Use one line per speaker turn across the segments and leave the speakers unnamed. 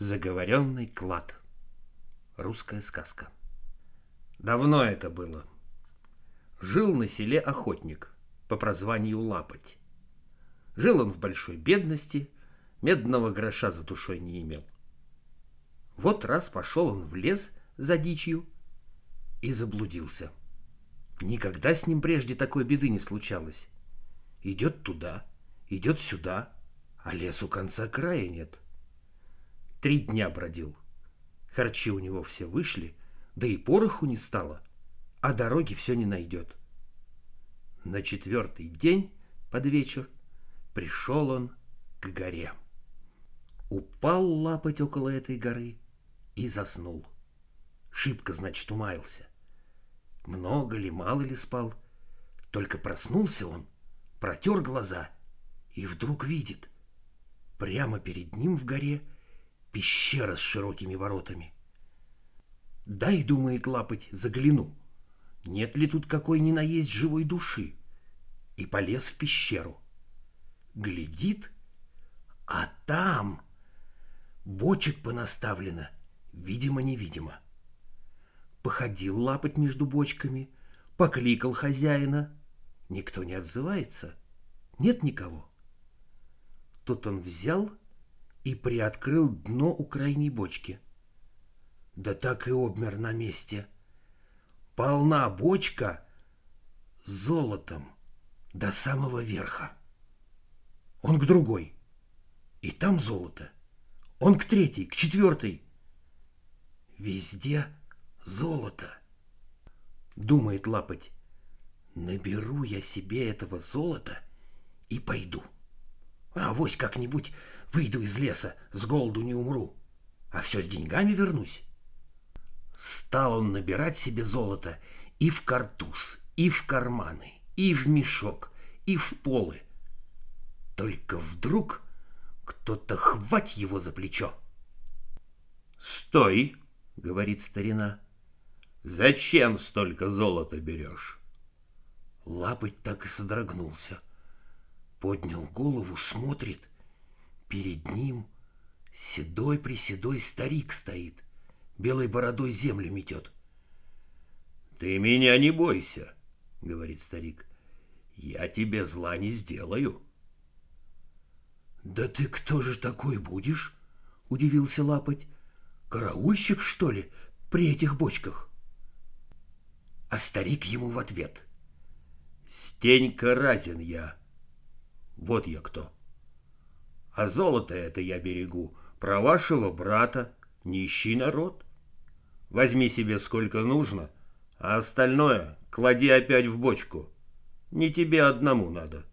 Заговоренный клад. Русская сказка. Давно это было. Жил на селе охотник по прозванию Лапоть. Жил он в большой бедности, медного гроша за душой не имел. Вот раз пошел он в лес за дичью и заблудился. Никогда с ним прежде такой беды не случалось. Идет туда, идет сюда, а лесу конца края нет. 3 дня бродил. Харчи у него все вышли, да и пороху не стало, а дороги все не найдет. На 4-й день под вечер пришел он к горе. Упал Лапоть около этой горы и заснул. Шибко, значит, умаялся. Много ли, мало ли спал. Только проснулся он, протер глаза и вдруг видит. Прямо перед ним в горе пещера с широкими воротами. Дай, думает Лапоть, загляну, нет ли тут какой ни на есть живой души. И полез в пещеру. Глядит, а там бочек понаставлено, видимо-невидимо. Походил Лапоть между бочками, покликал хозяина. Никто не отзывается, нет никого. Тут он взял и приоткрыл дно у крайней бочки. Да так и обмер на месте. Полна бочка золотом до самого верха. Он к другой, и там золото. Он к 3-й, к 4-й. Везде золото. Думает Лапоть, наберу я себе этого золота и пойду. Авось как-нибудь выйду из леса, с голоду не умру, а все с деньгами вернусь. Стал он набирать себе золото и в картуз, и в карманы, и в мешок, и в полы. Только вдруг кто-то хвать его за плечо. «Стой!» — говорит старина. «Зачем столько золота берешь?» Лапоть так и содрогнулся. Поднял голову, смотрит. Перед ним седой-преседой старик стоит, белой бородой землю метет. «Ты меня не бойся», — говорит старик. «Я тебе зла не сделаю». «Да ты кто же такой будешь?» — удивился Лапоть. «Караульщик, что ли, при этих бочках?» А старик ему в ответ. «Стенька Разин я. Вот я кто. А золото это я берегу про вашего брата, нищий народ. Возьми себе сколько нужно, а остальное клади опять в бочку. Не тебе одному надо».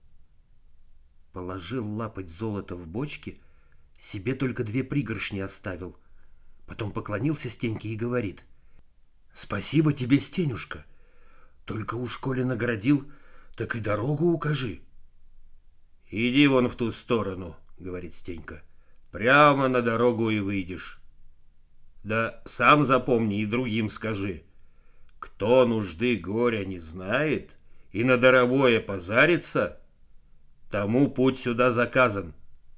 Положил Лапоть золото в бочки, себе только 2 пригоршни оставил. Потом поклонился Стеньке и говорит: «Спасибо тебе, Стенюшка. Только уж коли наградил, так и дорогу укажи». «Иди вон в ту сторону», — говорит Стенька. «Прямо на дорогу и выйдешь. Да сам запомни и другим скажи. Кто нужды горя не знает и на даровое позарится, тому путь сюда заказан».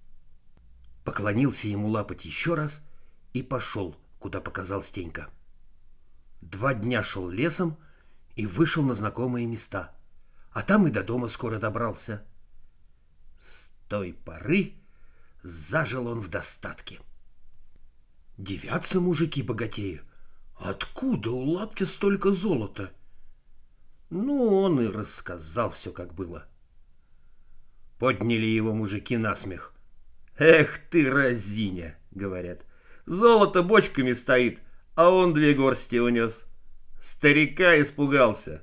Поклонился ему Лапоть еще раз и пошел, куда показал Стенька. 2 дня шел лесом и вышел на знакомые места, а там и до дома скоро добрался. С той поры зажил он в достатке. Дивятся мужики богатею: откуда у Лаптя столько золота? Ну, он и рассказал все, как было. Подняли его мужики на смех. «Эх ты, разиня!» — говорят. «Золото бочками стоит, а он 2 горсти унес. Старика испугался».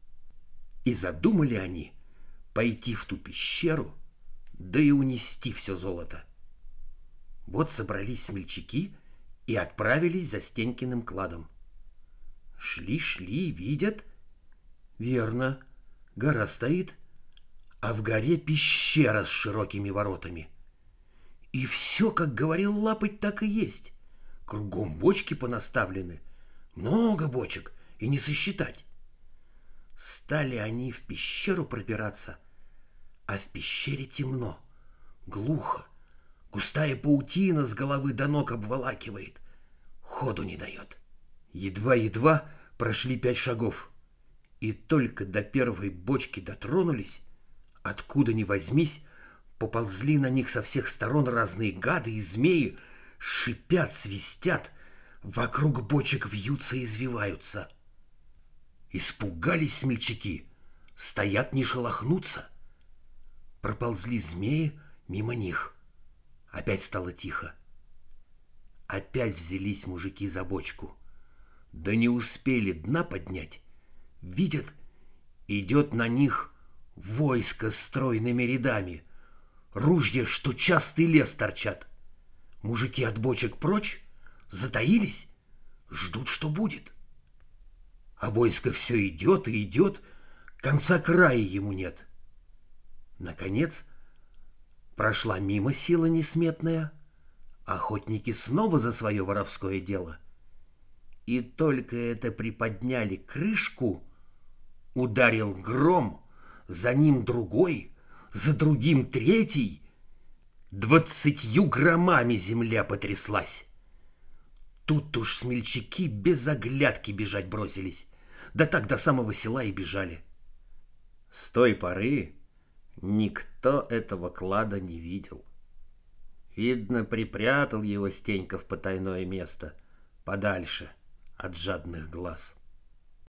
И задумали они пойти в ту пещеру, да и унести все золото. Вот собрались смельчаки и отправились за Стенькиным кладом. Шли, видят. Верно, гора стоит, а в горе пещера с широкими воротами. И все, как говорил Лапоть, так и есть. Кругом бочки понаставлены. Много бочек, и не сосчитать. Стали они в пещеру пробираться, а в пещере темно, глухо. Густая паутина с головы до ног обволакивает, ходу не дает. Едва-едва прошли 5 шагов, и только до первой бочки дотронулись, откуда ни возьмись, поползли на них со всех сторон разные гады и змеи, шипят, свистят, вокруг бочек вьются и извиваются. Испугались смельчаки, стоят не шелохнутся. Проползли змеи мимо них. Опять стало тихо. Опять взялись мужики за бочку. Да не успели дна поднять. Видят, идет на них войско стройными рядами. Ружья, что частый лес торчат. Мужики от бочек прочь, затаились, ждут, что будет. А войско все идет и идет, конца края ему нет. Наконец, прошла мимо сила несметная, охотники снова за свое воровское дело. И только это приподняли крышку, ударил гром, за ним другой, за другим третий. 20 громами земля потряслась. Тут уж смельчаки без оглядки бежать бросились, да так до самого села и бежали. С той поры никто этого клада не видел. Видно, припрятал его Стенька в потайное место, подальше от жадных глаз.